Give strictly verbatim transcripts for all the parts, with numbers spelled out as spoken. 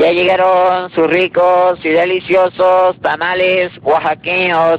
Ya llegaron sus ricos y deliciosos tamales oaxaqueños.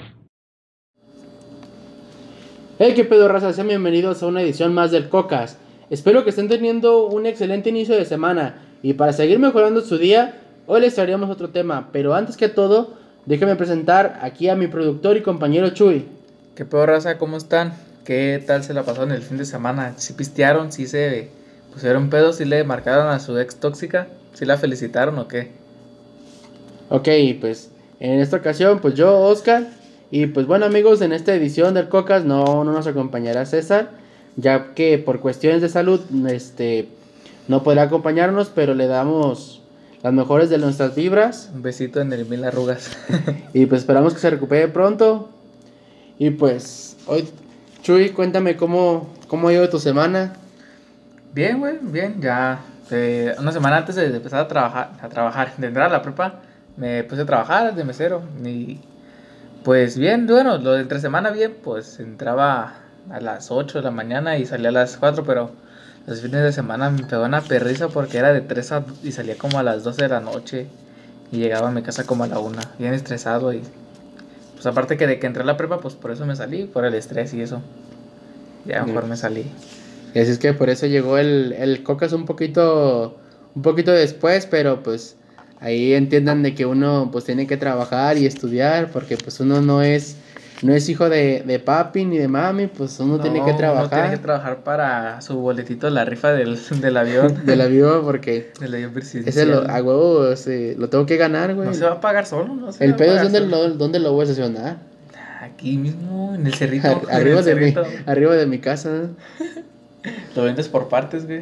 Hey, qué pedo, raza, sean bienvenidos a una edición más del Cocas. Espero que estén teniendo un excelente inicio de semana. Y para seguir mejorando su día, hoy les traeremos otro tema. Pero antes que todo, déjenme presentar aquí a mi productor y compañero Chuy. ¿Qué pedo, raza? ¿Cómo están? ¿Qué tal se la pasaron el fin de semana? ¿Sí pistearon? ¿Sí se pusieron pedos? ¿Sí le marcaron a su ex tóxica? ¿Sí la felicitaron o qué? Ok, pues en esta ocasión, pues yo, Oscar. Y pues bueno, amigos, en esta edición del Cocas no, no nos acompañará César, ya que por cuestiones de salud este, no podrá acompañarnos, pero le damos las mejores de nuestras vibras. Un besito en el mil arrugas. Y pues esperamos que se recupere pronto. Y pues hoy, Chuy, cuéntame cómo, cómo ha ido tu semana. Bien, güey, bien. Ya eh, una semana antes de empezar a trabajar, a trabajar, de entrar a la prepa, me puse a trabajar de mesero. Y pues bien, bueno, lo de entre semana bien, pues entraba a las ocho de la mañana y salía a las cuatro, pero los fines de semana me pegó una perriza porque era de tres a, y salía como a las doce de la noche y llegaba a mi casa como a la una, bien estresado. Y pues aparte que de que entré a la prepa, pues por eso me salí, por el estrés y eso. Ya mejor me salí. Y así es que por eso llegó el, el Cocas un poquito, un poquito después, pero pues ahí entiendan de que uno pues tiene que trabajar y estudiar, porque pues uno no es, no es hijo de, de papi ni de mami, pues uno No, tiene que trabajar. Uno tiene que trabajar para su boletito de la rifa del, del avión. De la viva, porque del avión presidencial. ese lo, a huevo, ese, lo tengo que ganar, güey. No se va a pagar solo, no se El va a pedo es pagar donde solo. lo, dónde lo voy a estacionar. Aquí mismo, en el cerrito. Ar- en arriba, el de mi, cerrito. arriba de mi casa. Lo vendes por partes, güey.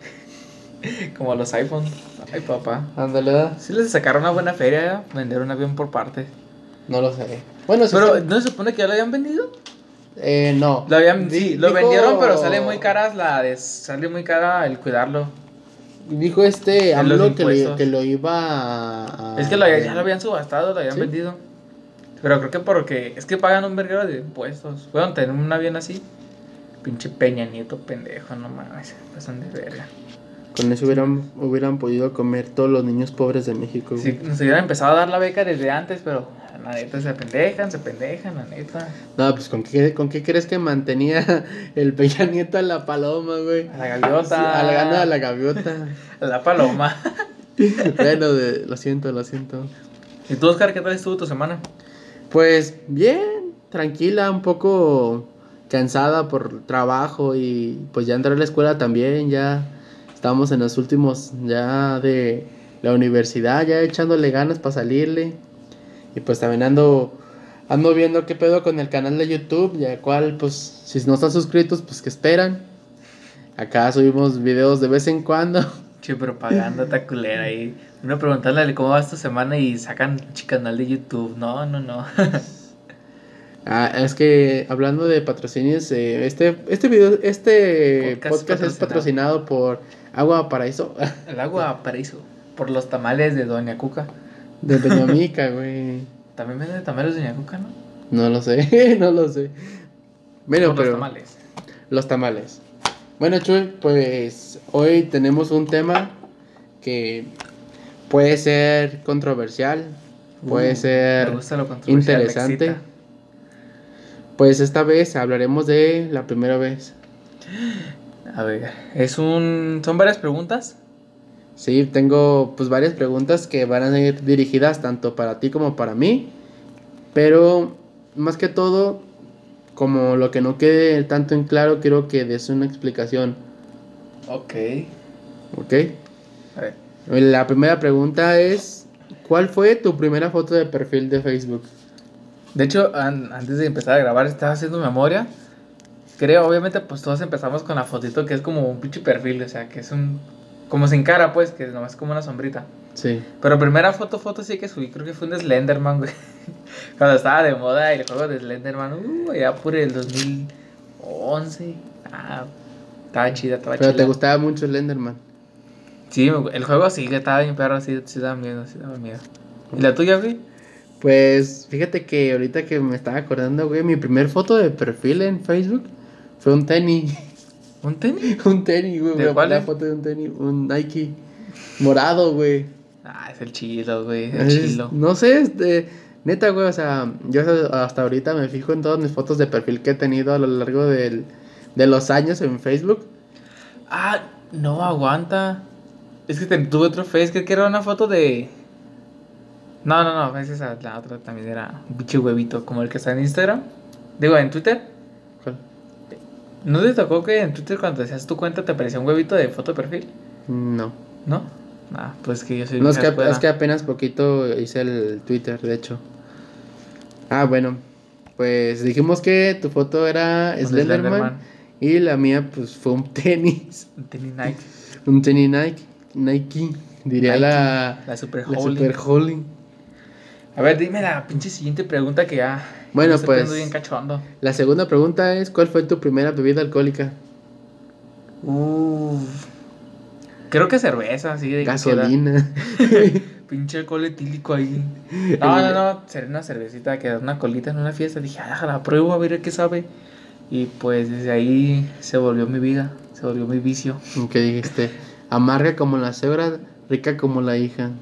Como los iPhones. Ay, papá. Ándale. Sí les sacaron una buena feria, ¿eh? Vender un avión por partes. No lo sé. Bueno, sí Pero, está- ¿no se supone que ya lo habían vendido? eh, no. Lo habían, Di- sí, lo dijo- vendieron, pero sale muy caras la de, sale muy cara el cuidarlo. Dijo este De los AMLO que lo, impuestos. que lo iba a... Es que lo, ya lo habían subastado, lo habían ¿Sí? vendido. Pero creo que porque es que pagan un verguero de impuestos. Pueden tener un avión así. Pinche Peña Nieto pendejo, no mames. Pasan de verga. Con eso hubieran, hubieran podido comer todos los niños pobres de México. güey. Si nos hubieran empezado a dar la beca desde antes, pero la neta se pendejan, se pendejan, la neta. No, pues ¿con qué, ¿con qué crees que mantenía el Peña Nieto a la paloma, güey? A la gaviota. Sí, a la gana a la gaviota. A la paloma. Bueno, de, lo siento, lo siento. ¿Y tú, Oscar, qué tal estuvo tu semana? Pues bien, tranquila, un poco cansada por trabajo y pues ya entré a la escuela también, ya estamos en los últimos ya de la universidad, ya echándole ganas para salirle. Y pues también ando, ando viendo qué pedo con el canal de YouTube, ya cual pues si no están suscritos pues que esperan. Acá subimos videos de vez en cuando. Che, propaganda ta culera ahí. Uno preguntarle cómo va esta semana y sacan chi canal de YouTube. No, no, no. Ah, es que hablando de patrocinios, eh, este, este video, este Podcast podcast, es patrocinado. patrocinado por Agua Paraíso El agua paraíso. Por los tamales de Doña Cuca. de Doña Mica, güey. También venden tamales de Doña Cuca, ¿no? No lo sé, no lo sé. Bueno, Por pero los tamales. los tamales. Bueno, Chuy, pues hoy tenemos un tema que puede ser controversial, puede Uh, ser me gusta lo controversial, me interesante. excita. Pues esta vez hablaremos de la primera vez. A ver, es un... ¿Son varias preguntas? Sí, tengo pues varias preguntas que van a ir dirigidas tanto para ti como para mí, pero más que todo, como lo que no quede tanto en claro, quiero que des una explicación, Ok. ¿ok? A ver. La primera pregunta es, ¿cuál fue tu primera foto de perfil de Facebook? De hecho, an- antes de empezar a grabar, estaba haciendo memoria. Creo, obviamente, pues todos empezamos con la fotito que es como un pinche perfil, o sea, que es un... Como sin cara, pues, que nomás es como una sombrita. Sí. Pero primera foto, foto sí que subí, creo que fue un de Slenderman, güey. Cuando estaba de moda el juego de Slenderman, uh, allá por el dos mil once. Ah, estaba chida, estaba Pero chida. te gustaba mucho Slenderman. Sí, me- el juego sí que estaba bien perro, sí, sí daba miedo, sí daba miedo. ¿Y la tuya, güey? Pues fíjate que ahorita que me estaba acordando, güey, mi primer foto de perfil en Facebook fue un tenis. ¿Un tenis? Un tenis, güey. ¿De Una cuál una es? foto de un tenis, un Nike morado, güey. Ah, es el chilo, güey, el Es- chilo. no sé, este, neta, güey, o sea, yo hasta ahorita me fijo en todas mis fotos de perfil que he tenido a lo largo del, de los años en Facebook. Ah, no aguanta. Es que te- tuve otro face, creo que era una foto de... No, no, no, es esa, la otra también era un pinche huevito, como el que está en Instagram. Digo, en Twitter. ¿Cuál? ¿No te tocó que en Twitter cuando hacías tu cuenta te aparecía un huevito de foto de perfil? No. ¿No? Ah, pues que yo soy No, es vieja que, escuela. es que apenas poquito hice el Twitter, de hecho. Ah, bueno, pues dijimos que tu foto era Un Slenderman, Slenderman. y la mía pues fue un tenis, Un tenis Nike. un tenis Nike, Nike, diría Nike, la, la Super la Holy. Super Holy. A ver, dime la pinche siguiente pregunta que ya... Bueno, me estoy pues- poniendo bien cachondo. La segunda pregunta es, ¿cuál fue tu primera bebida alcohólica? Uf. Creo que cerveza, sí. de que Gasolina. queda- Pinche alcohol etílico ahí. No, no, no. Seré una cervecita que da una colita en una fiesta. Dije, ah, la pruebo a ver a qué sabe. Y pues desde ahí se volvió mi vida. Se volvió mi vicio. ¿Qué dijiste? Amarga como la cebra, rica como la hija.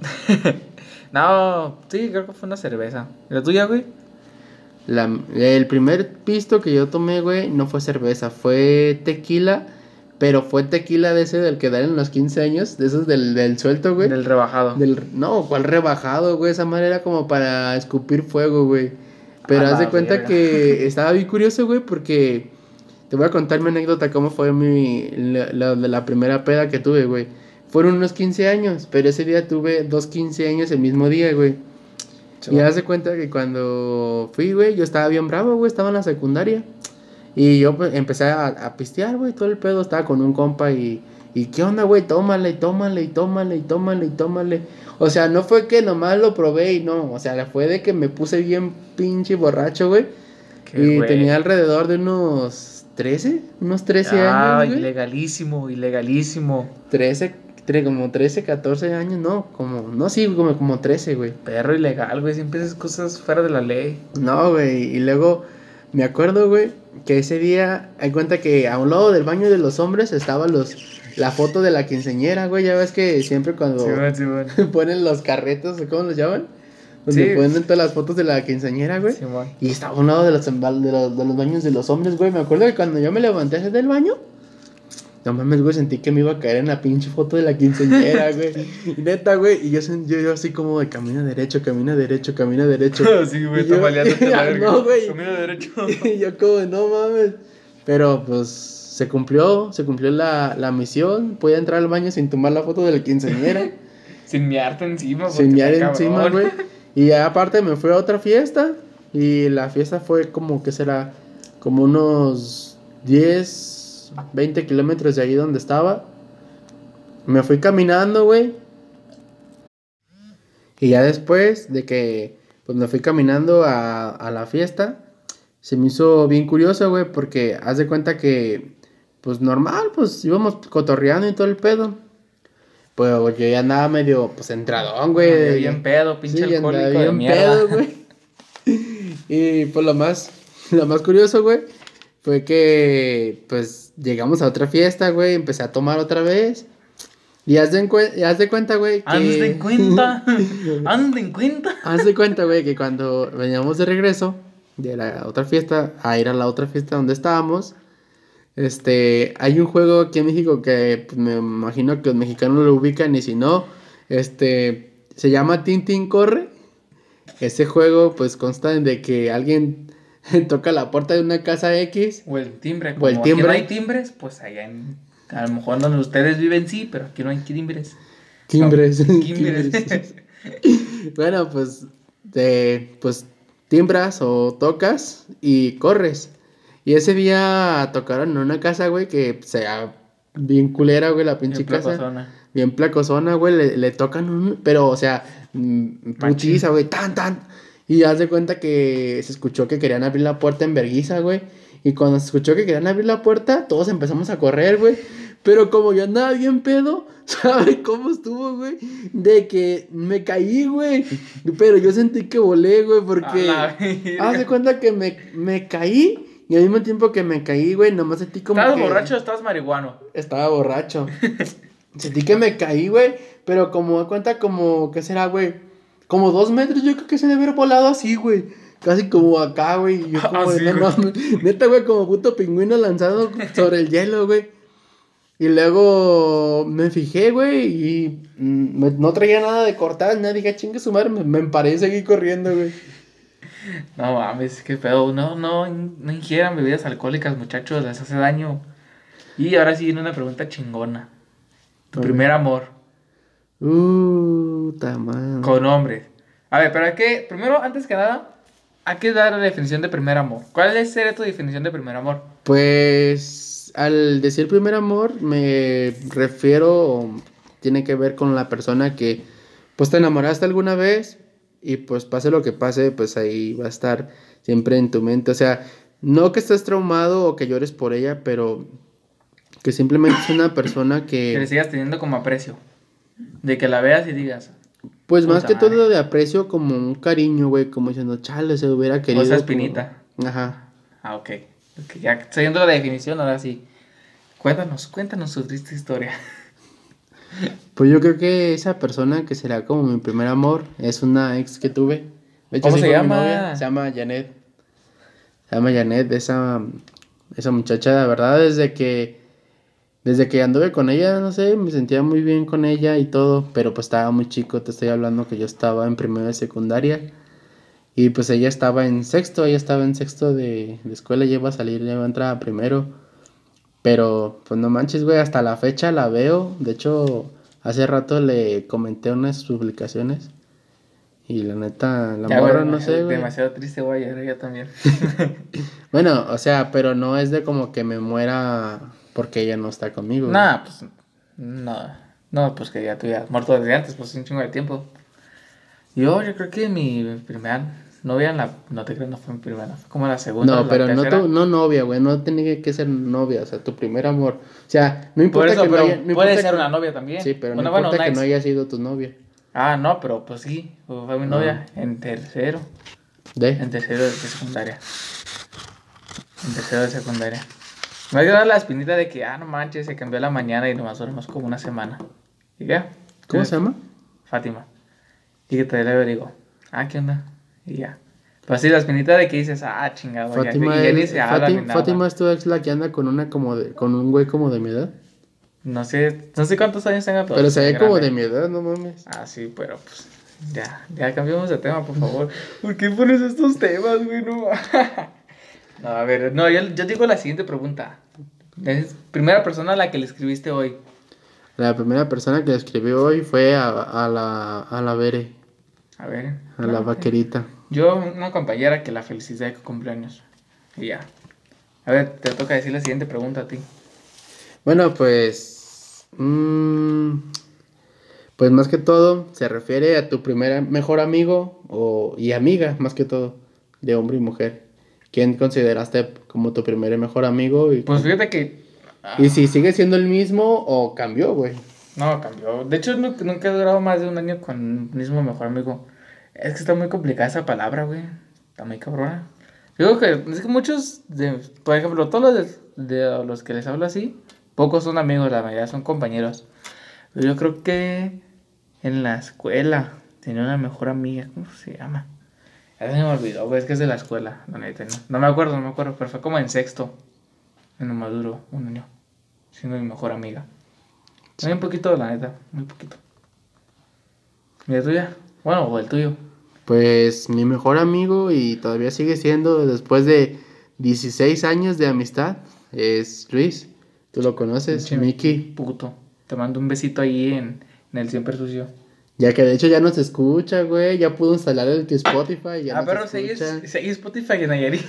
No, sí, creo que fue una cerveza. ¿La tuya, güey? La, el primer pisto que yo tomé, güey, no fue cerveza, fue tequila, pero fue tequila de ese del que dan en los quince años, de esos del, del suelto, güey. Del rebajado. Del, no, ¿cuál rebajado, güey? Esa madre era como para escupir fuego, güey. Pero A haz de la cuenta verga. que estaba bien curioso, güey, porque te voy a contar mi anécdota, cómo fue mi, la, la, de la primera peda que tuve, güey. Fueron unos quince años, pero ese día tuve dos quince años el mismo día, güey. Y haz de cuenta que cuando fui, güey, yo estaba bien bravo, güey, estaba en la secundaria. Y yo pues, empecé a, a pistear, güey, todo el pedo, estaba con un compa y... ¿Y qué onda, güey? Tómale, y tómale, y tómale, y tómale, y tómale. O sea, no fue que nomás lo probé y no. O sea, fue de que me puse bien pinche borracho, güey. Qué Y güey. tenía alrededor de unos trece, unos trece Ah, años, güey. ilegalísimo, ilegalísimo. trece, tre- como trece, catorce años, no, como, no, sí, como, como trece, güey. Perro ilegal, güey. Siempre esas cosas fuera de la ley. No, güey, y luego me acuerdo, güey, que ese día, hay cuenta que a un lado del baño de los hombres estaba los, la foto de la quinceañera, güey, ya ves que siempre cuando Sí, bueno, sí, bueno. ponen los carretos, ¿cómo los llaman? Donde Sí. ponen todas las fotos de la quinceañera, güey. Sí, bueno. Y estaba a un lado de los, embal- de los, de los baños de los hombres, güey. Me acuerdo que cuando yo me levanté del baño, no mames, güey, sentí que me iba a caer en la pinche foto de la quinceañera, güey. Y neta, güey, y yo, sen- yo, yo así como de camina derecho, camina derecho, camina derecho. Sí, güey, Y yo- tambaleándote la verga. No, güey. Camino derecho. Y yo como, no mames. Pero pues se cumplió, se cumplió la, la misión. Pude entrar al baño sin tomar la foto de la quinceañera. Sin miarte encima. sin porque miar está encima, cabrón. güey. Y ya aparte me fui a otra fiesta. Y la fiesta fue como, ¿qué será? Como unos diez, veinte kilómetros de ahí donde estaba. Me fui caminando, güey. Y ya después de que pues me fui caminando a, a la fiesta, se me hizo bien curioso, güey, porque haz de cuenta que, pues normal, pues íbamos cotorreando y todo el pedo. Pues yo ya andaba medio, pues entradón, güey. Andaba de- bien pedo, pinche sí, alcohólico andaba de bien mierda. pedo, güey. Y pues lo más, lo más curioso, güey, fue que, pues, llegamos a otra fiesta, güey, empecé a tomar otra vez. Y haz de, encue- y haz de cuenta, güey, que... Haz de cuenta. Haz de cuenta. Haz de cuenta, güey, que cuando veníamos de regreso de la otra fiesta a ir a la otra fiesta donde estábamos, este, hay un juego aquí en México que pues, me imagino que los mexicanos lo ubican y si no, este, se llama Tintín Corre. Ese juego, pues, consta de que alguien toca la puerta de una casa X. O el timbre. O Como el aquí no timbre. hay timbres, pues allá en... A lo mejor donde ustedes viven sí, pero aquí no hay timbres. Timbres. No, timbres. Timbres. Bueno, pues, de, pues, timbras o tocas y corres. Y ese día tocaron en una casa, güey, que sea bien culera, güey, la pinche En casa. Placozona. Bien placosona, güey, le, le tocan un... Pero, o sea, mm, putiza, güey, tan, tan. Y haz de cuenta que se escuchó que querían abrir la puerta en vergüenza, güey. Y cuando se escuchó que querían abrir la puerta, todos empezamos a correr, güey. Pero como yo andaba bien pedo, ¿sabes cómo estuvo, güey? De que me caí, güey. Pero yo sentí que volé, güey, porque... A la verga. Haz de cuenta que me, me caí. Y al mismo tiempo que me caí, güey, nomás sentí como ¿Estabas que... borracho o estabas marihuano? Estaba borracho. Sentí que me caí, güey, pero como da cuenta, como, ¿qué será, güey? Como dos metros, yo creo que se debe haber volado así, güey. Casi como acá, güey. Y yo como, Ah, sí, no, no, neta, güey, como puto pingüino lanzado sobre el hielo, güey. Y luego me fijé, güey, y mm, me- no traía nada de cortar, nada. Dije, chingue su madre, me, me emparé y seguí corriendo, güey. No mames, qué pedo. No, no, no ingieran bebidas alcohólicas, muchachos, les hace daño. Y ahora sí viene una pregunta chingona. Tu A primer ver. amor Uh, ta madre. con hombres. A ver, pero hay que, primero, antes que nada, hay que dar la definición de primer amor. ¿Cuál es sería tu definición de primer amor? Pues al decir primer amor me refiero, tiene que ver con la persona que pues te enamoraste alguna vez y pues pase lo que pase, pues ahí va a estar siempre en tu mente. O sea, no que estés traumado o que llores por ella, pero que simplemente es una persona Que le que, sigas teniendo como aprecio. De que la veas y digas, pues más puta que madre. todo de aprecio como un cariño, güey, como diciendo, chale, se hubiera querido. esa como-". espinita. Ajá. Ah, ok. Ok, ya siguiendo la definición, ahora sí. Cuéntanos, cuéntanos su triste historia. Pues yo creo que esa persona que será como mi primer amor es una ex que tuve. De hecho, ¿Cómo sí se fue mi llama? novia. Se llama Janet. Se llama Janet, esa, esa muchacha, la verdad, desde que, desde que anduve con ella, no sé, me sentía muy bien con ella y todo, pero pues estaba muy chico, te estoy hablando que yo estaba en primero de secundaria y pues ella estaba en sexto, ella estaba en sexto de, de escuela, ya iba a salir, ya iba a entrar a primero, pero pues no manches, güey, hasta la fecha la veo, de hecho, hace rato le comenté unas publicaciones y la neta, la Ya, güey, morra, no demasiado, sé, güey. demasiado triste, güey, ahora yo también. Bueno, o sea, pero no es de como que me muera porque ella no está conmigo. güey. Nah, pues, no, no, pues que ya tú ya has muerto desde antes, pues un chingo de tiempo. Yo, yo creo que mi primera novia, la, no te creo, no fue mi primera, fue como la segunda o No, la pero no, tercera. tu, no novia, güey, no tiene que ser novia, o sea, tu primer amor. O sea, no Por importa eso, que no pero haya... No puede importa ser que- una novia también. Sí, pero no Una, bueno, importa una que ex. no haya sido tu novia. Ah, no, pero pues sí, fue mi novia Ah. en tercero, en ¿De? tercero de secundaria. En tercero de secundaria. Me ha quedado la espinita de que, ah, no manches, se cambió la mañana y nomás duramos como una semana. ¿Y ya? ¿Cómo Entonces, se llama? Fátima. Y que te le digo, ah, ¿qué onda? Y ya. Pues sí, la espinita de que dices, ah, chingado, ya. Fátima, Y ya ni es, se habla ni Fátima, nada. Fátima es tu ex la que anda con una como de, con un güey como de mi edad. No sé, no sé cuántos años tenga, pero, Pero se ve ve como de grande. mi edad, no mames. Ah, sí, pero pues, ya, ya cambiamos de tema, por favor. ¿Por qué pones estos temas, güey? No, no a ver, no, yo, yo digo la siguiente pregunta. Es primera persona a la que le escribiste hoy. La primera persona que escribí hoy fue a, a la, a la Bere, A ver. a no, la ok. vaquerita. Yo, una compañera que la felicité de cumpleaños. Y ya. A ver, te toca decir la siguiente pregunta a ti. Bueno, pues. mm, pues más que todo, se refiere a tu primer mejor amigo o, y amiga, más que todo, de hombre y mujer. ¿Quién consideraste como tu primer y mejor amigo? Y, Pues fíjate que. ah, y si sigue siendo el mismo o cambió, güey. No, cambió. De hecho, nu- nunca he durado más de un año con un mismo mejor amigo. Es que está muy complicada esa palabra, güey. Está muy cabrona. Digo que es que muchos, de, por ejemplo, todos los de, de los que les hablo así, pocos son amigos, la mayoría son compañeros. Pero yo creo que en la escuela tenía una mejor amiga. ¿Cómo se llama? Ya se me olvidó, güey. Es que es de la escuela, la neta. No, no me acuerdo, no me acuerdo. Pero fue como en sexto. En Maduro, un año. Siendo mi mejor amiga. Muy un poquito, la neta. Muy poquito. ¿Y la tuya? Bueno, o el tuyo. Pues mi mejor amigo y todavía sigue siendo después de dieciséis años de amistad es Luis. ¿Tú lo conoces? Pinche Miki. Puto. Te mando un besito ahí en, en el Siempre Sucio. Ya que de hecho ya nos escucha, güey. Ya pudo instalar el Spotify. Ya Ah, nos pero seguí, escucha. seguí Spotify en Nayarit.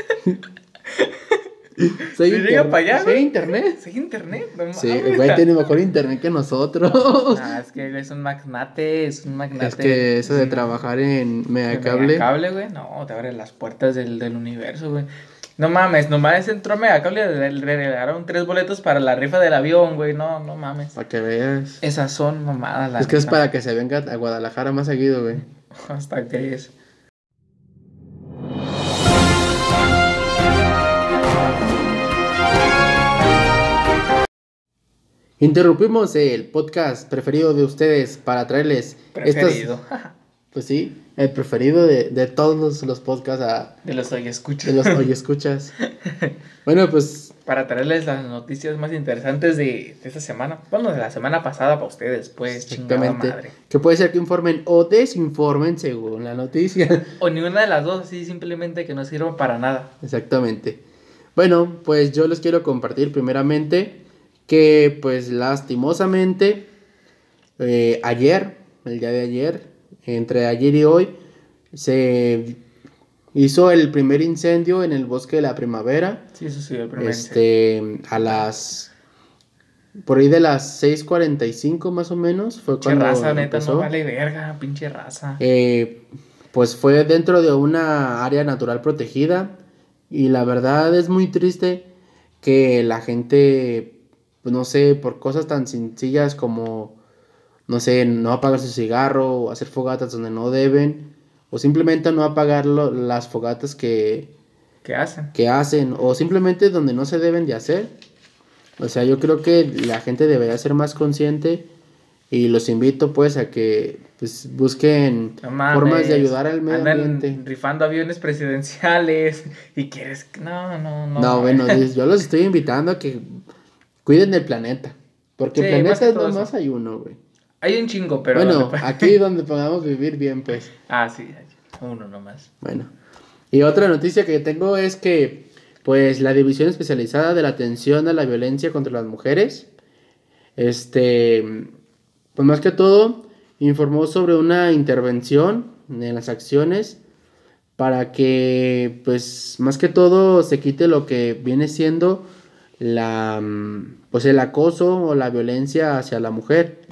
¿Sí ¿Sí llega para allá, ¿Sí güey? internet? ¿Seguí internet? No Sí, mames. güey, tiene mejor internet que nosotros. Ah, es que güey, es un magnate, es un magnate. Es que eso de Mm, trabajar en de Megacable. Megacable, güey, no, te abre las puertas del, del universo, güey. No mames, nomás entró a Megacable y le le regalaron tres boletos para la rifa del avión, güey. No, no mames. Para que veas. Esas son mamadas, la Es que es neta. para que se venga a Guadalajara más seguido, güey. Hasta que es. Interrumpimos el podcast preferido de ustedes para traerles Preferido. estas... Pues sí, el preferido de, de todos los, los podcasts a, De los hoy escuchas. de los hoy escuchas. Bueno, pues Para traerles las noticias más interesantes de, de esta semana. Bueno, de la semana pasada para ustedes, pues, chingada exactamente. madre. Que puede ser que informen o desinformen según la noticia. O ninguna de las dos, así simplemente que no sirva para nada. Exactamente. Bueno, pues yo les quiero compartir primeramente que pues lastimosamente eh, ayer, el día de ayer, entre ayer y hoy, se hizo el primer incendio en el bosque de la primavera. Sí, eso sí, el primer Este, a las, por ahí de las seis cuarenta y cinco más o menos, fue Pinche cuando raza, neta, empezó. no vale verga, pinche raza. Eh, pues fue dentro de una área natural protegida y la verdad es muy triste que la gente, pues no sé, por cosas tan sencillas como, no sé, no apagar su cigarro o hacer fogatas donde no deben o simplemente no apagar lo- las fogatas que, ¿Qué hacen? que hacen o simplemente donde no se deben de hacer. O sea, yo creo que la gente debería ser más consciente y los invito pues a que pues busquen No mames, formas de ayudar al medio andan ambiente. rifando aviones presidenciales y quieres que... No, no, no. No, bueno, dices, yo los estoy invitando a que cuiden el planeta. Porque Sí, el más planeta que es todo nomás eso. hay uno, güey. Hay un chingo, pero... Bueno, ¿dónde fue? aquí donde podamos vivir bien, pues. Ah, sí, hay uno nomás. Bueno. Y otra noticia que tengo es que, pues, la División Especializada de la Atención a la Violencia contra las Mujeres, este, pues más que todo, informó sobre una intervención en las acciones para que, pues, más que todo se quite lo que viene siendo la, mm, pues, el acoso o la violencia hacia la mujer.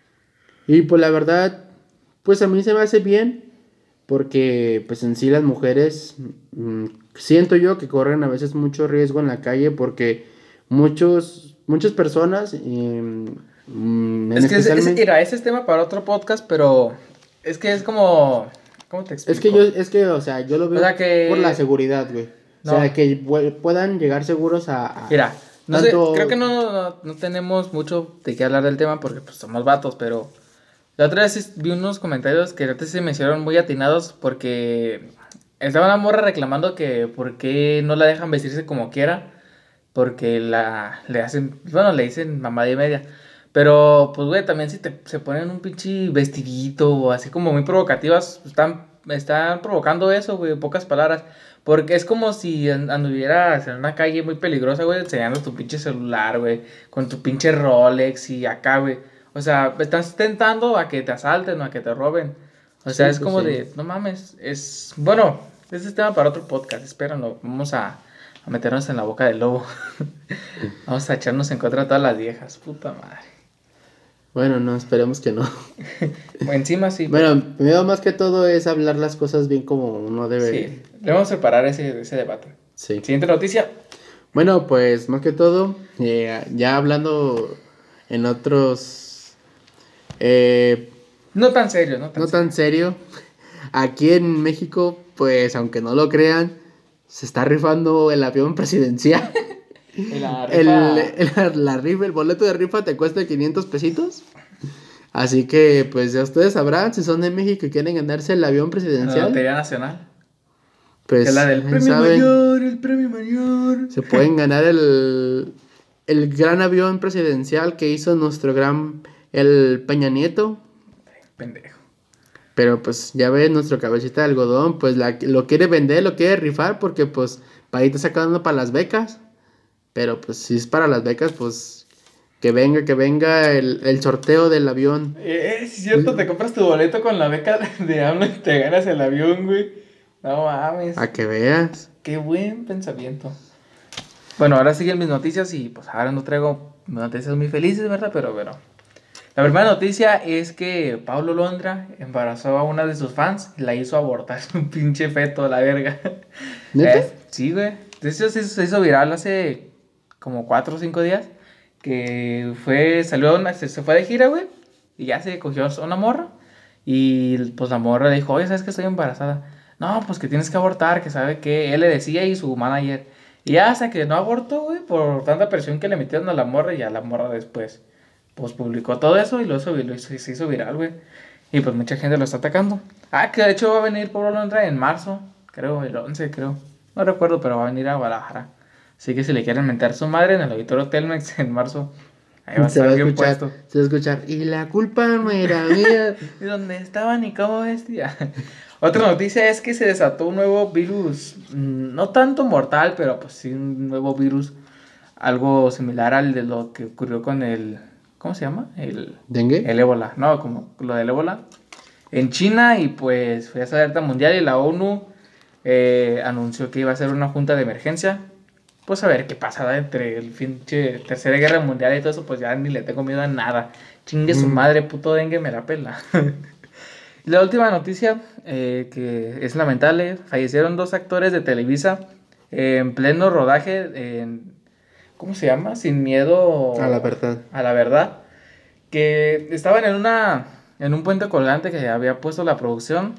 Y pues la verdad, pues a mí se me hace bien, porque pues en sí las mujeres mm, siento yo que corren a veces mucho riesgo en la calle porque muchos, muchas personas, em, mm, en Es que, es, es- especialmente... mira, ese es tema para otro podcast, pero es que es como... ¿Cómo te explico? Es que yo, es que, o sea, yo lo veo O sea que- por la seguridad, güey. O No. sea, que pu- puedan llegar seguros a... a- Mira, no tanto- sé, creo que no, no, no tenemos mucho de qué hablar del tema porque pues somos vatos, pero la otra vez vi unos comentarios que antes se me hicieron muy atinados porque estaba una morra reclamando que por qué no la dejan vestirse como quiera, porque la le hacen, bueno, le dicen mamá y media. Pero, pues, güey, también si te, se ponen un pinche vestidito o así como muy provocativas, están, están provocando eso, güey, en pocas palabras. Porque es como si an- anduvieras en una calle muy peligrosa, güey, enseñando tu pinche celular, güey, con tu pinche Rolex y acá, güey. O sea, estás tentando a que te asalten o a que te roben. O sea, Sí, es pues como sí. de, no mames, es... Bueno, ese es tema para otro podcast, espérenlo, vamos a, a meternos en la boca del lobo. Vamos a echarnos en contra de todas las viejas, puta madre. Bueno, no, esperemos que no. Encima sí. Bueno, primero más que todo es hablar las cosas bien como uno debe. Sí, le vamos a separar ese, ese debate. Sí. Siguiente noticia. Bueno, pues más que todo, eh, ya hablando en otros, eh, No tan serio, no tan no tan serio, aquí en México, pues aunque no lo crean, se está rifando el avión presidencial. serio. La El, rifa- el- la rifa, el boleto de rifa te cuesta quinientos pesitos. Así que, pues ya ustedes sabrán si son de México y quieren ganarse el avión la presidencial. Lotería Nacional. Pues Que es la del ahí premio saben, mayor, el premio mayor. se pueden ganar el, el gran avión presidencial que hizo nuestro gran, el Peña Nieto. Pendejo. Pero pues ya ves, nuestro cabecita de algodón, pues la, lo quiere vender, lo quiere rifar porque pues para ahí está sacando para las becas. Pero pues si es para las becas, pues que venga, que venga el, el sorteo del avión. Eh, es cierto, te compras tu boleto con la beca de AMLO y te ganas el avión, güey. No mames. A que veas. Qué buen pensamiento. Bueno, ahora siguen mis noticias y pues ahora no traigo noticias muy felices, ¿verdad? Pero bueno. La primera noticia es que Pablo Londra embarazó a una de sus fans y la hizo abortar. Un pinche feto, la verga. ¿Neta? Eh, sí, güey. De hecho, se, se hizo viral hace como cuatro o cinco días. Que fue, salió, una, se, se fue de gira, güey. Y ya se cogió a una morra. Y pues la morra le dijo, oye, ¿sabes que estoy embarazada? No, pues que tienes que abortar, que sabe que él le decía y su manager. Y ya hasta que no abortó, güey, por tanta presión que le metieron a la morra y a la morra después. pues publicó todo eso y lo, hizo, lo hizo, se hizo viral, güey. Y pues mucha gente lo está atacando. Ah, que de hecho va a venir Pablo Londra en marzo, creo, el once, creo. No recuerdo, pero va a venir a Guadalajara. Así que si le quieren mentar su madre en el auditorio Telmex en marzo, ahí va a Se estar va a bien escuchar, puesto. se va a escuchar. Y la culpa no era mía. ¿Y dónde estaban y cómo bestia? Otra noticia es que se desató un nuevo virus, mm, no tanto mortal, pero pues sí un nuevo virus, algo similar al de lo que ocurrió con el, ¿cómo se llama? El, ¿Dengue? el ébola, no, como lo del ébola, en China, y pues fue esa alerta mundial y la ONU eh, anunció que iba a hacer una junta de emergencia. Pues a ver qué pasa, ¿verdad? Entre el pinche tercera guerra mundial y todo eso, pues ya ni le tengo miedo a nada. Chingue su Mm. madre, puto dengue, me la pela. Y la última noticia, eh, que es lamentable, fallecieron dos actores de Televisa eh, en pleno rodaje, en, ¿cómo se llama? Sin miedo A la verdad. a la verdad, que estaban en una en un puente colgante que había puesto la producción,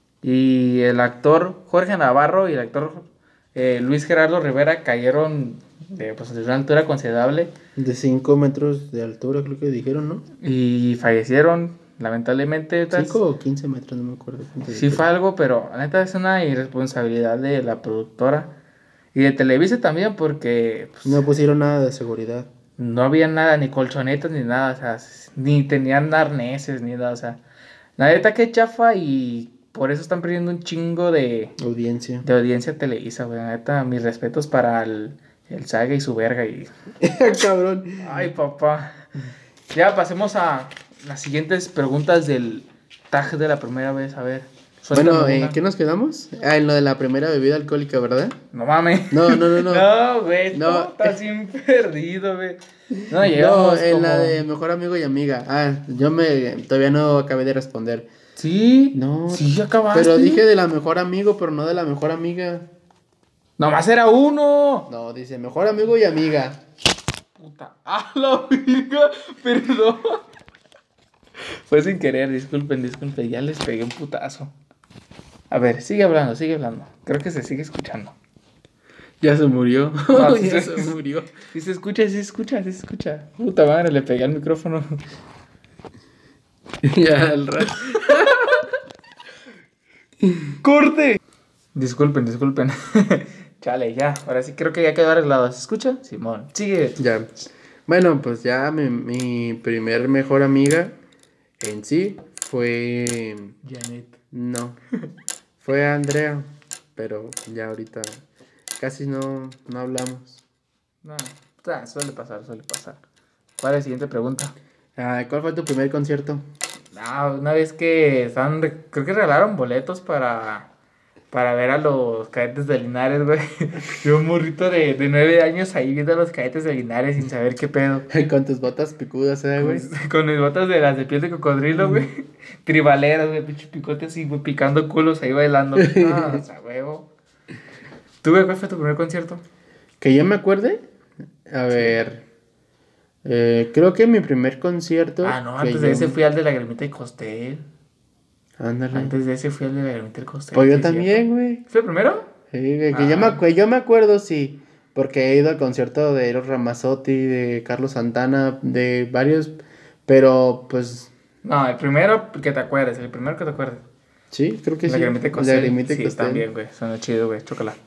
y el actor Jorge Navarro y el actor eh, Luis Gerardo Rivera cayeron de, pues, de una altura considerable De cinco metros de altura, creo que dijeron, ¿no? y fallecieron, lamentablemente. tas- cinco o quince metros, no me acuerdo. cuánto Sí dijeron. fue algo, pero la neta es una irresponsabilidad de la productora y de Televisa también, porque pues, No pusieron nada de seguridad. no había nada, ni colchonetas, ni nada, o sea, s- ni tenían arneses, ni nada, o sea, la neta que chafa, y por eso están perdiendo un chingo de, Audiencia. de audiencia a Televisa, güey. La neta, mis respetos para el, el Saga y su verga, y... Cabrón. Ay, papá. Ya pasemos a las siguientes preguntas del tag de la primera vez, a ver. Bueno, suéltame ¿en una. qué nos quedamos? Ah, en lo de la primera bebida alcohólica, ¿verdad? No mames. No, no, no, no. No, güey, No. no, estás bien perdido, güey. No, No, llegamos en como... la de mejor amigo y amiga. Ah, yo me todavía no acabé de responder. Sí, No. sí, ya acabaste. Pero dije de la mejor amigo, pero no de la mejor amiga. Nomás era uno. No, dice mejor amigo y amiga. Puta. ¡Ah, la verga! Perdón. Fue sin querer, disculpen, disculpen. Ya les pegué un putazo. A ver, sigue hablando, sigue hablando. Creo que se sigue escuchando. Ya se murió. No, sí ya se- se murió. Sí se escucha, sí se escucha, sí se escucha. Puta madre, le pegué al micrófono. Ya al rato. ¡Corte! Disculpen, disculpen. Chale, ya. Ahora sí creo que ya quedó arreglado. ¿Se escucha? Simón. Sigue. Ya. Bueno, pues ya mi, mi primer mejor amiga en sí fue. Janet. No. Fue Andrea. Pero ya ahorita casi no, no hablamos. No, ah, suele pasar, suele pasar. ¿Cuál es la siguiente pregunta? Ah, ¿cuál fue tu primer concierto? Ah, una vez que estaban, re- creo que regalaron boletos para, para ver a los cadetes de Linares, güey. Yo un morrito de, de nueve años ahí viendo a los cadetes de Linares sin saber qué pedo. Con tus botas picudas, ¿eh, güey? Con, con mis botas de las de piel de cocodrilo, güey. Tribaleras, güey, pinche picote así, güey, picando culos ahí bailando. Ah, o sea, huevo. ¿Tú, güey, cuál fue tu primer concierto? Que yo me acuerde. A ver. eh, creo que mi primer concierto. Ah, no, que antes de yo- ese fui al de la Gremita y Costel. Ándale. Antes de ese fui al de la Gremita y Costel. Pues yo sí, también, ¿cierto? güey. ¿Fue el primero? Sí, que, que Ah. yo, me acu- yo me acuerdo, sí. Porque he ido al concierto de Eros Ramazzotti, de Carlos Santana, de varios. Pero pues. No, el primero que te acuerdes, el primero que te acuerdes. Sí, creo que La sí. Gremita y La Costel. Gremita y Sí, Costel. también, güey. Suena chido, güey. Chócala.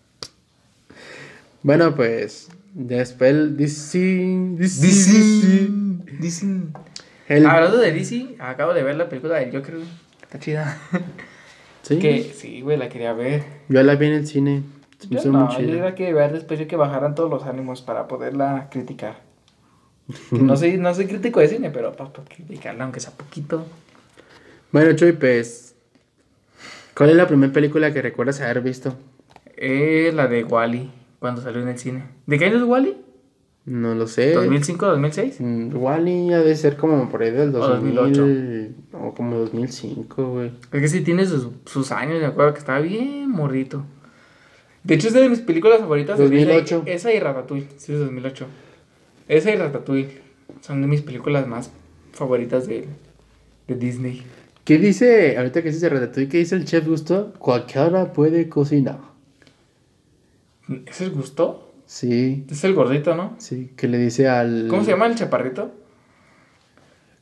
Bueno, pues. Después el D C. D C. D C. El- Hablando de D C, acabo de ver la película del Joker, güey. Está chida. Sí. Que sí, güey, la quería ver. Yo la vi en el cine. Se me Yo hizo no, muy yo chida. iba que ver después de que bajaran todos los ánimos para poderla criticar. Que no soy, no soy crítico de cine, pero para criticarla, aunque sea poquito. Bueno, Chuy, pues. ¿Cuál es la primera película que recuerdas haber visto? Eh, la de Wall-E, cuando salió en el cine. ¿De qué año es Wall-E? No lo sé. ¿dos mil cinco, dos mil seis? Mm, Wall-E ha de ser como por ahí del O dos mil dos o como dos mil cinco, güey. Es que sí tiene sus, sus años, me acuerdo que estaba bien morrito. De hecho, es de mis películas favoritas. de dos mil Disney. ocho. Esa y Ratatouille, sí, es dos mil ocho. Esa y Ratatouille son de mis películas más favoritas de, de Disney. ¿Qué dice, ahorita que dice Ratatouille, qué dice el chef Gusto? Cualquiera puede cocinar. ¿Ese es Gusto? Sí, Es el gordito, ¿no? sí, que le dice al... ¿Cómo se llama el chaparrito?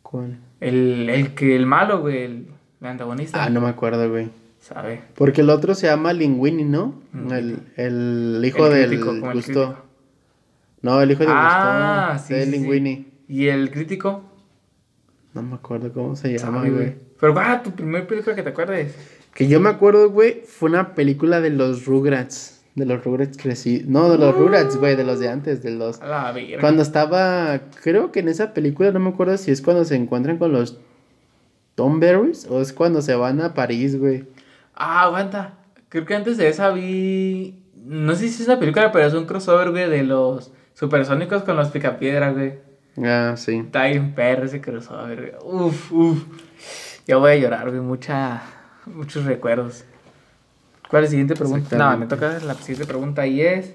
¿Cuál? El, el que, el malo, güey, el, el antagonista. Ah, no me acuerdo, güey. ¿Sabe? Porque el otro se llama Linguini, ¿no? Mm. El, el hijo El del crítico, como el Gusto. crítico. No, el hijo de Ah, Gusto. sí, De sí, sí. Linguini. ¿Y el crítico? No me acuerdo cómo se llama, ¿Sabe, güey. güey? Pero va, tu primer película que te acuerdes. Que yo me acuerdo, güey, fue una película de los Rugrats. De los Rugrats crecí. No, de los Rugrats, güey, de los de antes, de los. A la verga. Cuando estaba. Creo que en esa película, no me acuerdo si es cuando se encuentran con los Tomberries o es cuando se van a París, güey. Ah, aguanta. Creo que antes de esa vi. No sé si es una película, pero es un crossover, güey, de los supersónicos con los picapiedras, güey. Ah, sí. Está bien perro ese crossover, güey. Uf, uf. Ya voy a llorar, güey. Mucha, muchos recuerdos. ¿Cuál es la siguiente pregunta? No, me toca la siguiente pregunta y es...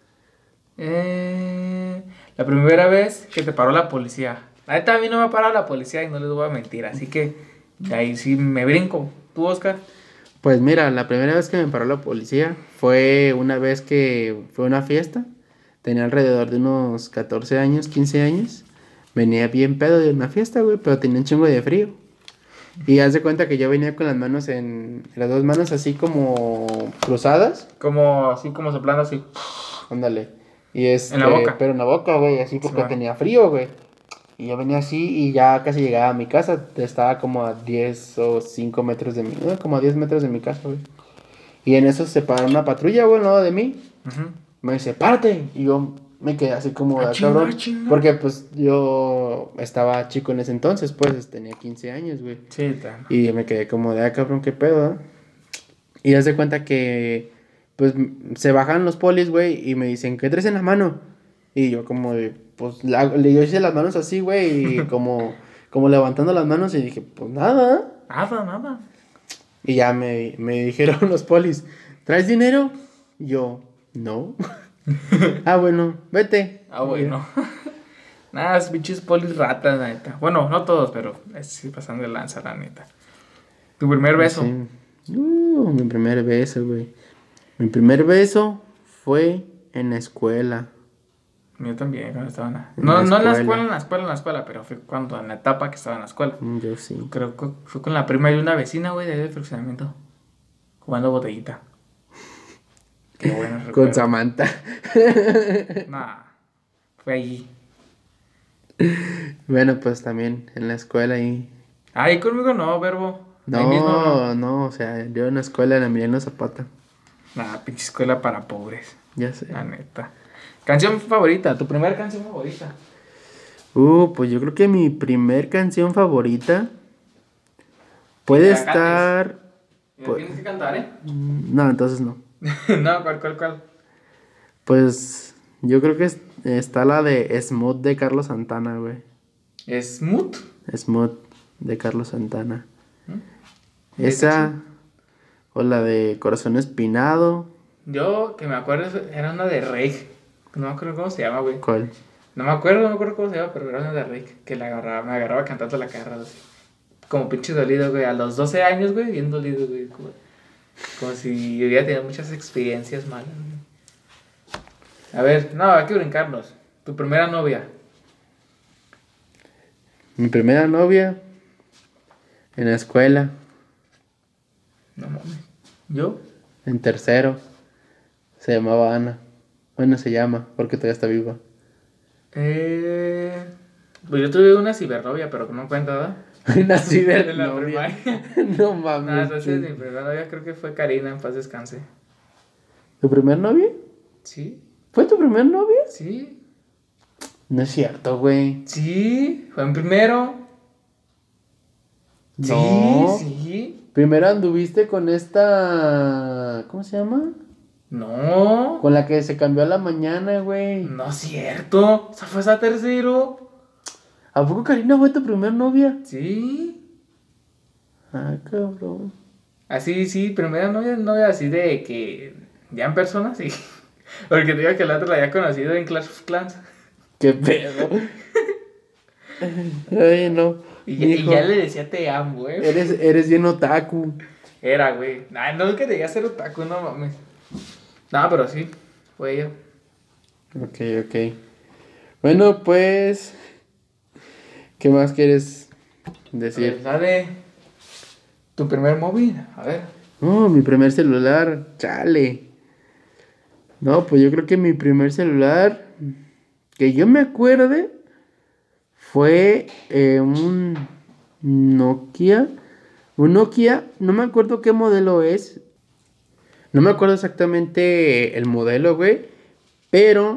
Eh, la primera vez que te paró la policía. La neta, a mí no me ha parado la policía y no les voy a mentir. Así que de ahí sí me brinco. ¿Tú, Oscar? Pues mira, la primera vez que me paró la policía fue una vez que fue a una fiesta. Tenía alrededor de unos catorce años, quince años. Venía bien pedo de una fiesta, güey, pero tenía un chingo de frío. Y haz de cuenta que yo venía con las manos en... Las dos manos así como cruzadas. Como así, como soplando así. Ándale. Y este, En la boca. Pero en la boca, güey, así porque Sí, bueno. tenía frío, güey. Y yo venía así y ya casi llegaba a mi casa. Estaba como a diez o cinco metros de mi... No, como a diez metros de mi casa, güey. Y en eso se paró una patrulla, güey, al lado de mí. Ujú. Me dice, párate. Y yo me quedé así como, Ah, "Ah, chinga, cabrón". chinga. Porque pues yo estaba chico en ese entonces, pues tenía quince años, güey. Sí, está. Y me quedé como de, ah, cabrón, qué pedo, ¿eh? Y haz de cuenta que, pues, m- se bajan los polis, güey, y me dicen, ¿qué traes en la mano? Y yo como de, pues, la, le yo hice las manos así, güey, y como, como levantando las manos y dije, pues nada. Nada, nada. Y ya me, me dijeron los polis, ¿traes dinero? Y yo, no. Ah, bueno, vete. Ah, bueno. Nada, es pinches polis ratas, la neta. Bueno, no todos, pero es sí pasando de lanza, la neta. Tu primer beso. Sí. Uh, mi primer beso, güey. Mi primer beso fue en la escuela. Yo también, cuando estaba en la... En No, la no en la escuela. escuela, en la escuela, en la escuela, pero fue cuando, en la etapa que estaba en la escuela. Mm, Yo sí. Creo que fue con la prima de una vecina, güey, de ahí del fraccionamiento. Jugando botellita. Qué bueno. Con Samantha. Nah, fue allí. Bueno, pues también en la escuela ahí. Ahí conmigo no, verbo. Ahí mismo No, no. no, o sea, yo en la escuela en Emiliano Zapata. Nah, pinche escuela para pobres. Ya sé. La neta. Canción favorita, tu primera canción favorita. Uh, pues yo creo que mi primer canción favorita puede Que la cantes. estar. ¿Y la Pues- tienes que cantar, eh? Mm, No, entonces no. No, ¿cuál, cuál, cuál? Pues yo creo que es- está la de Smooth de Carlos Santana, güey. ¿Smooth? Smooth de Carlos Santana. ¿De Esa. O la de Corazón Espinado. Yo, que me acuerdo, era una de Rake. No me acuerdo cómo se llama, güey. ¿Cuál? No me acuerdo, no me acuerdo cómo se llama, pero era una de Rake. Que la agarraba, me agarraba cantando la cara, así. Como pinche dolido, güey. A los doce años, güey, bien dolido, güey. Como, como si yo hubiera tenido muchas experiencias malas, güey. A ver, no, hay que brincarnos. Tu primera novia. Mi primera novia. En la escuela. No mames. ¿Yo? En tercero. Se llamaba Ana. Bueno, se llama, porque todavía está viva. Eh... Pues yo tuve una cibernovia, pero que no cuenta, ¿verdad? Una ciber De la novia. primaria. No No, mames. entonces mi ¿tu- primera novia creo que fue Karina, en paz descanse. ¿Tu primer novia? ¿Sí? ¿Fue tu primer novia? ¿Sí? No es cierto, güey. ¿Sí? ¿Fue en primero? No. Sí, sí. Primero anduviste con esta. ¿Cómo se llama? No. Con la que se cambió a la mañana, güey. No es cierto. Esa fue esa tercero. ¿A poco Karina fue tu primer novia? Sí. Ah, cabrón. Así, sí, primera novia, novia así de que ya en persona, sí. Porque te digo que la otra la había conocido en Clash of Clans. Qué pedo. Ay, no. Y ya, y Mijo, ya le decía te amo, güey. Eres, eres bien otaku. Era, güey. Ay, no es que llegué a ser otaku, no mames. No, pero sí, fue ella. Ok, ok. Bueno, pues. ¿Qué más quieres decir. A ver, dale. Tu primer móvil, a ver. Oh, mi primer celular, chale. No, pues yo creo que mi primer celular, que yo me acuerde, fue eh, un Nokia. Un Nokia, no me acuerdo qué modelo es. No me acuerdo exactamente el modelo, güey. Pero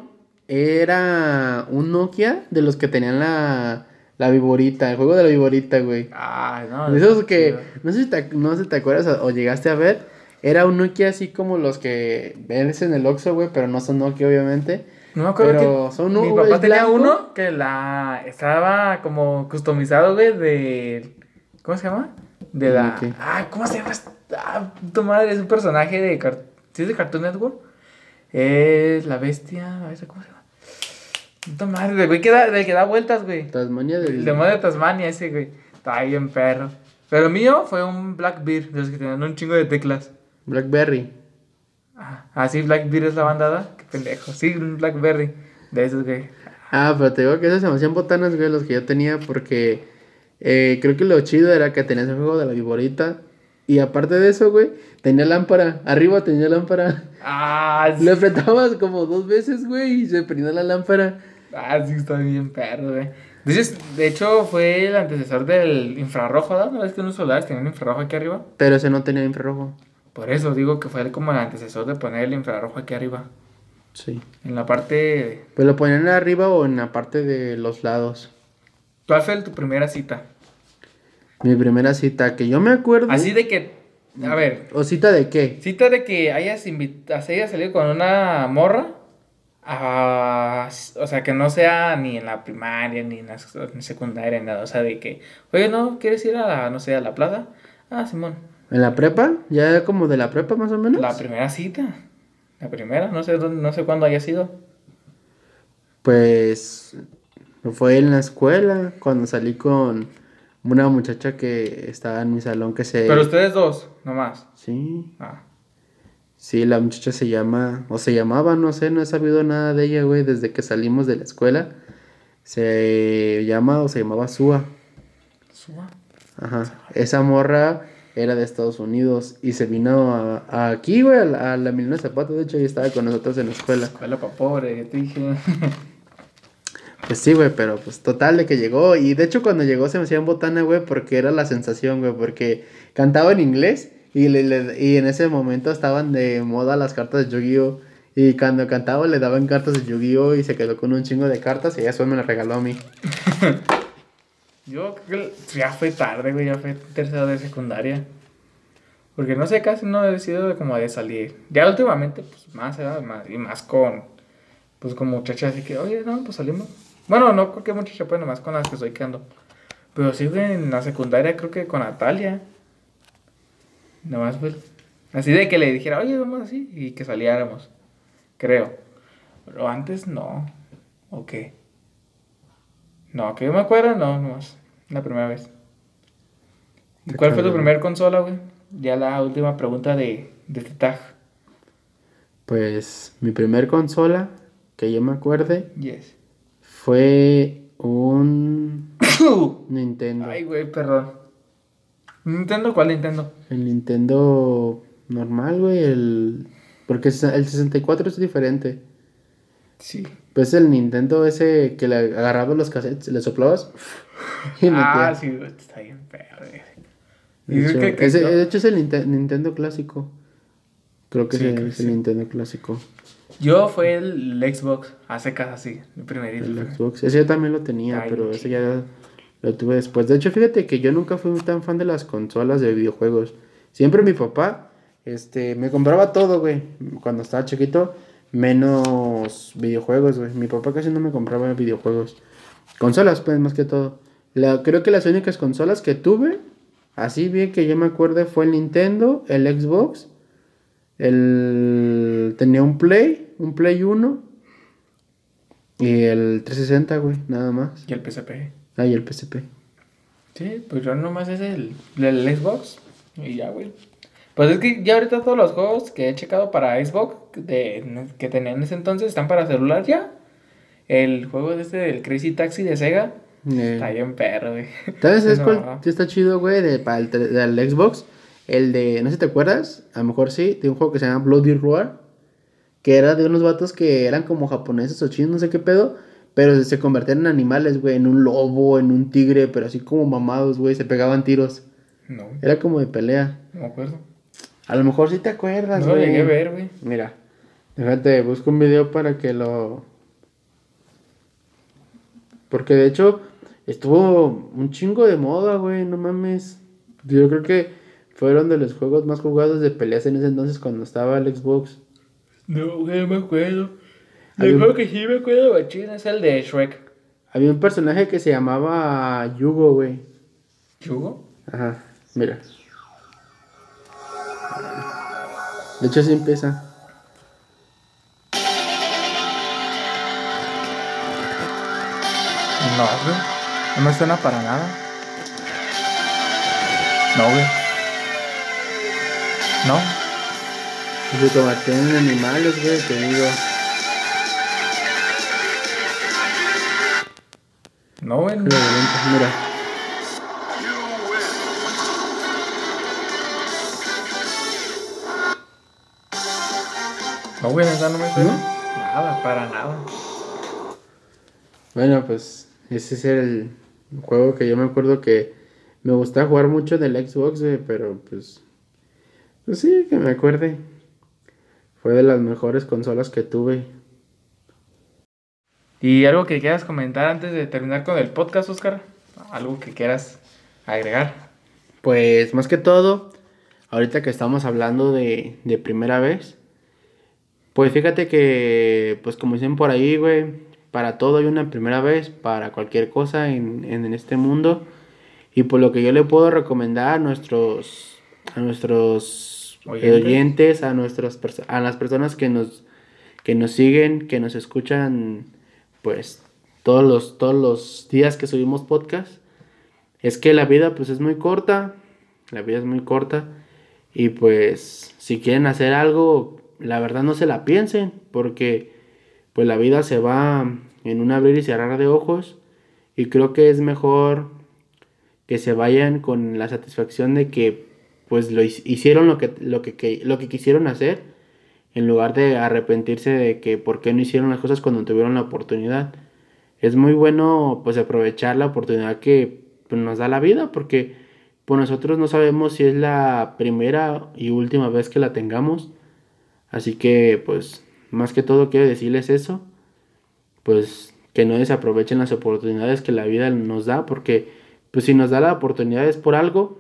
era un Nokia de los que tenían la, la viborita, el juego de la viborita, güey. Ay, no. De esos está que, chido. no sé si te, no sé si te acuerdas o, o llegaste a ver. Era un Nokia así como los que ves en el Oxxo, güey, pero no son Nokia, obviamente. No me acuerdo Pero que son mi un- papá es tenía blanco. uno que la estaba como customizado, güey, de ¿cómo se llama? De ¿Cómo la qué? ah, ¿cómo se llama? esta? Ah, tu madre, es un personaje de Car- ¿sí es de Cartoon Network? Es la bestia, a ver, ¿cómo se llama? Puta madre, del güey que da, del que da vueltas, güey. Tasmania El del... demonio de Tasmania ese, güey. Está bien perro. Pero el mío fue un Blackbeard, de los que tenían un chingo de teclas. Blackberry. Ah, ah, sí, Blackbeard es la bandada. Qué pendejo. Sí, un Blackberry. De esos, güey. Ah, pero te digo que esas se me hacían botanas, güey, los que yo tenía, porque eh, creo que lo chido era que tenías el juego de la viborita. Y aparte de eso, güey, tenía lámpara. Arriba tenía lámpara. Ah, sí. Le apretabas como dos veces, güey, y se prendía la lámpara. Ah, sí, está bien perro, güey. De hecho, de hecho, fue el antecesor del infrarrojo, ¿no? ¿No ves que unos celulares tenían infrarrojo aquí arriba? Pero ese no tenía infrarrojo. Por eso digo que fue como el antecesor de poner el infrarrojo aquí arriba. Sí. En la parte... Pues lo ponían arriba o en la parte de los lados. ¿Cuál fue tu primera cita? Mi primera cita, que yo me acuerdo. Así de que... A ver, ¿O cita de qué? cita de que hayas, invit- hayas salido con una morra. Ah, o sea, que no sea ni en la primaria, ni en la sec- en secundaria, ni nada. O sea, de que, oye, ¿no? ¿Quieres ir a la, no sé, a la plaza? Ah, Simón. ¿En la prepa? ¿Ya como de la prepa más o menos? La primera cita. La primera, no sé dónde, no sé cuándo haya sido. Pues fue en la escuela, cuando salí con una muchacha que estaba en mi salón que se... Pero ustedes dos, nomás. Sí, Ah. sí, la muchacha se llama, o se llamaba, no sé, no he sabido nada de ella, güey, desde que salimos de la escuela. Se llama o se llamaba Sua. Suba. Ajá, esa morra era de Estados Unidos y se vino a, a aquí, güey, a la, a la Emiliano Zapata, de hecho, ella estaba con nosotros en la escuela. Escuela pa' pobre, yo te dije. Pues sí, güey, pero pues total de que llegó. Y de hecho cuando llegó se me hacía en botana, güey, porque era la sensación, güey, porque cantaba en inglés y, le, le- y en ese momento estaban de moda las cartas de Yu-Gi-Oh! Y cuando cantaba le daban cartas de Yu-Gi-Oh! Y se quedó con un chingo de cartas y ya después me las regaló a mí. Yo creo que ya fue tarde, güey, ya fue tercero de secundaria. Porque no sé, casi no he sido como de salir. Ya últimamente, pues más, ¿verdad? Más, y más con, pues con muchachas así que, oye, no, pues salimos. Bueno, no cualquier muchacha, pues nomás con las que estoy quedando. Pero sí, güey, en la secundaria creo que con Natalia. Nomás, pues, así de que le dijera, oye, vamos así, y que saliéramos. Creo. Pero antes no. ¿O qué? No, que yo me acuerdo, no, nomás. La primera vez. ¿Y Qué cuál fue tu cabrón. primer consola, güey? Ya la última pregunta de, de este tag. Pues mi primer consola, que yo me acuerde, Yes. fue un Nintendo. Ay, güey, perdón. ¿Nintendo? ¿Cuál Nintendo? El Nintendo normal, güey, el... Porque el sesenta y cuatro es diferente. Sí. Pues el Nintendo ese que le agarrabas los cassettes, le soplabas y metía. Ah, sí, güey, está bien perro, güey. De ¿Y hecho, qué- qué- ese- no? de hecho es el Ninte- Nintendo clásico. Creo que Sí, ese creo que es el sí. Nintendo clásico. Yo fue el Xbox, hace casa así, el primerito. El Xbox. Ese yo también lo tenía, Ay, pero qué ese ya lo tuve después. De hecho, fíjate que yo nunca fui tan fan de las consolas de videojuegos. Siempre mi papá este, me compraba todo, güey. Cuando estaba chiquito, menos videojuegos, güey. Mi papá casi no me compraba videojuegos. Consolas, pues, más que todo. La, creo que las únicas consolas que tuve, así bien que yo me acuerdo, fue el Nintendo, el Xbox. El... Tenía un Play, un Play uno. Y el trescientos sesenta, güey, nada más. Y el P S P. Ah, y el P S P. Sí, pues yo nomás es el, el Xbox. Y ya, güey. Pues es que ya ahorita todos los juegos que he checado para Xbox de, que tenía en ese entonces están para celular ya. El juego de este del Crazy Taxi de Sega Eh, Está bien perro, güey. ¿Sabes ¿sabes No. cuál sí está chido, güey? De, para el, tre- del Xbox. El de, no sé si te acuerdas, a lo mejor sí, de un juego que se llama Bloody Roar. Que era de unos vatos que eran como japoneses o chinos, no sé qué pedo. Pero se convertían en animales, güey. En un lobo, en un tigre, pero así como mamados, güey. Se pegaban tiros. No, güey, Era como de pelea. no me acuerdo. A lo mejor sí te acuerdas, No lo güey. llegué a ver, güey. Mira, déjate, busco un video para que lo... Porque de hecho estuvo un chingo de moda, güey, no mames. Yo creo que fueron de los juegos más jugados de peleas en ese entonces cuando estaba el Xbox. No, güey, no me acuerdo. Había El un, juego que sí me acuerdo, machín, es el de Shrek. había un personaje que se llamaba Yugo, güey. ¿Chugo? Ajá, mira. De hecho así empieza. No, güey. No me suena para nada. No, güey. No. Se convertían en animales, güey, te digo. No, güey. Mira, mira. No, güey, esa no me suena. ¿No? Nada, para nada. Bueno, pues ese es el juego que yo me acuerdo que me gustaba jugar mucho del Xbox, güey, pero pues, pues sí, que me acuerde. Fue de las mejores consolas que tuve. ¿Y algo que quieras comentar antes de terminar con el podcast, Oscar? ¿Algo que quieras agregar? Pues más que todo, ahorita que estamos hablando de, de primera vez, pues fíjate que, pues como dicen por ahí, güey, para todo hay una primera vez, para cualquier cosa en, en, en este mundo. Y por lo que yo le puedo recomendar a nuestros, a nuestros Oyentes. oyentes, a, nuestros, perso- a las personas que nos, que nos siguen, que nos escuchan, pues todos los, todos los días que subimos podcast, es que la vida pues es muy corta, la vida es muy corta y pues si quieren hacer algo, la verdad no se la piensen, porque pues la vida se va en un abrir y cerrar de ojos y creo que es mejor que se vayan con la satisfacción de que pues lo hi- hicieron lo que, lo que, que- lo que quisieron hacer en lugar de arrepentirse de que por qué no hicieron las cosas cuando tuvieron la oportunidad. Es muy bueno pues aprovechar la oportunidad que pues, nos da la vida porque pues nosotros no sabemos si es la primera y última vez que la tengamos. Así que pues más que todo quiero decirles eso, pues que no desaprovechen las oportunidades que la vida nos da porque pues si nos da la oportunidad es por algo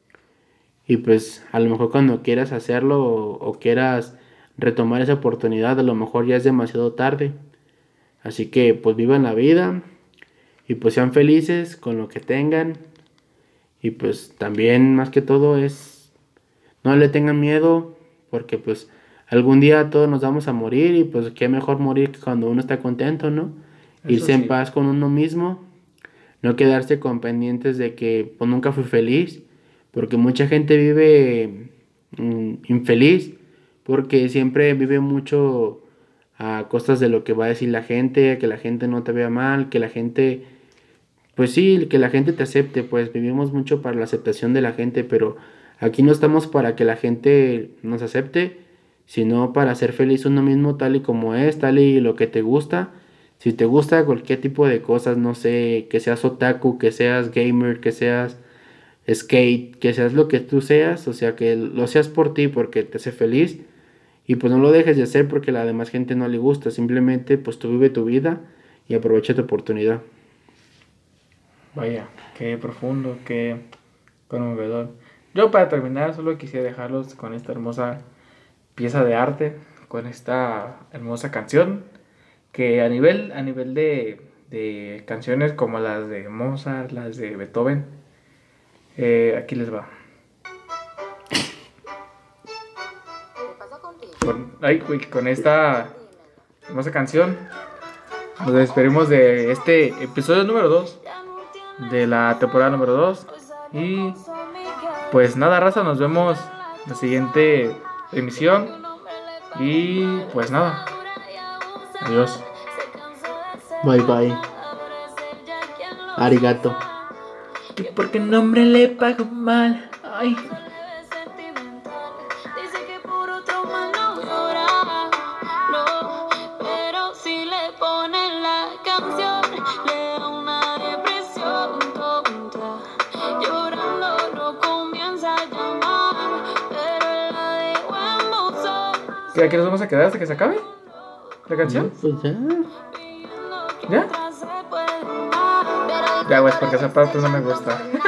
y pues a lo mejor cuando quieras hacerlo o, o quieras retomar esa oportunidad a lo mejor ya es demasiado tarde. Así que pues vivan la vida y pues sean felices con lo que tengan y pues también más que todo es no le tengan miedo porque pues algún día todos nos vamos a morir y pues qué mejor morir que cuando uno está contento, ¿no? Eso Irse en sí. paz con uno mismo, no quedarse con pendientes de que pues nunca fui feliz, porque mucha gente vive mm, infeliz porque siempre vive mucho a costas de lo que va a decir la gente, que la gente no te vea mal, que la gente, pues sí, que la gente te acepte, pues vivimos mucho para la aceptación de la gente, pero aquí no estamos para que la gente nos acepte, sino para ser feliz uno mismo tal y como es, tal y lo que te gusta. Si te gusta cualquier tipo de cosas, no sé, que seas otaku, que seas gamer, que seas skate, que seas lo que tú seas, o sea, que lo seas por ti porque te hace feliz y pues no lo dejes de hacer porque a la demás gente no le gusta, simplemente pues tú vive tu vida y aprovecha tu oportunidad. Vaya, qué profundo, qué conmovedor. Yo para terminar solo quisiera dejarlos con esta hermosa pieza de arte, con esta hermosa canción, que a nivel, a nivel de, de canciones como las de Mozart, las de Beethoven, eh, aquí les va. Con, ay, güey, con esta hermosa canción nos despedimos de este episodio número dos de la temporada número dos y pues nada, raza, nos vemos en la siguiente emisión y pues nada, adiós. Bye bye. Arigato. Y porque el nombre le pago mal. Ay. ¿Y aquí nos vamos a quedar hasta que se acabe la canción? Pues ya. ¿Ya? Ya, güey, porque esa parte no me gusta.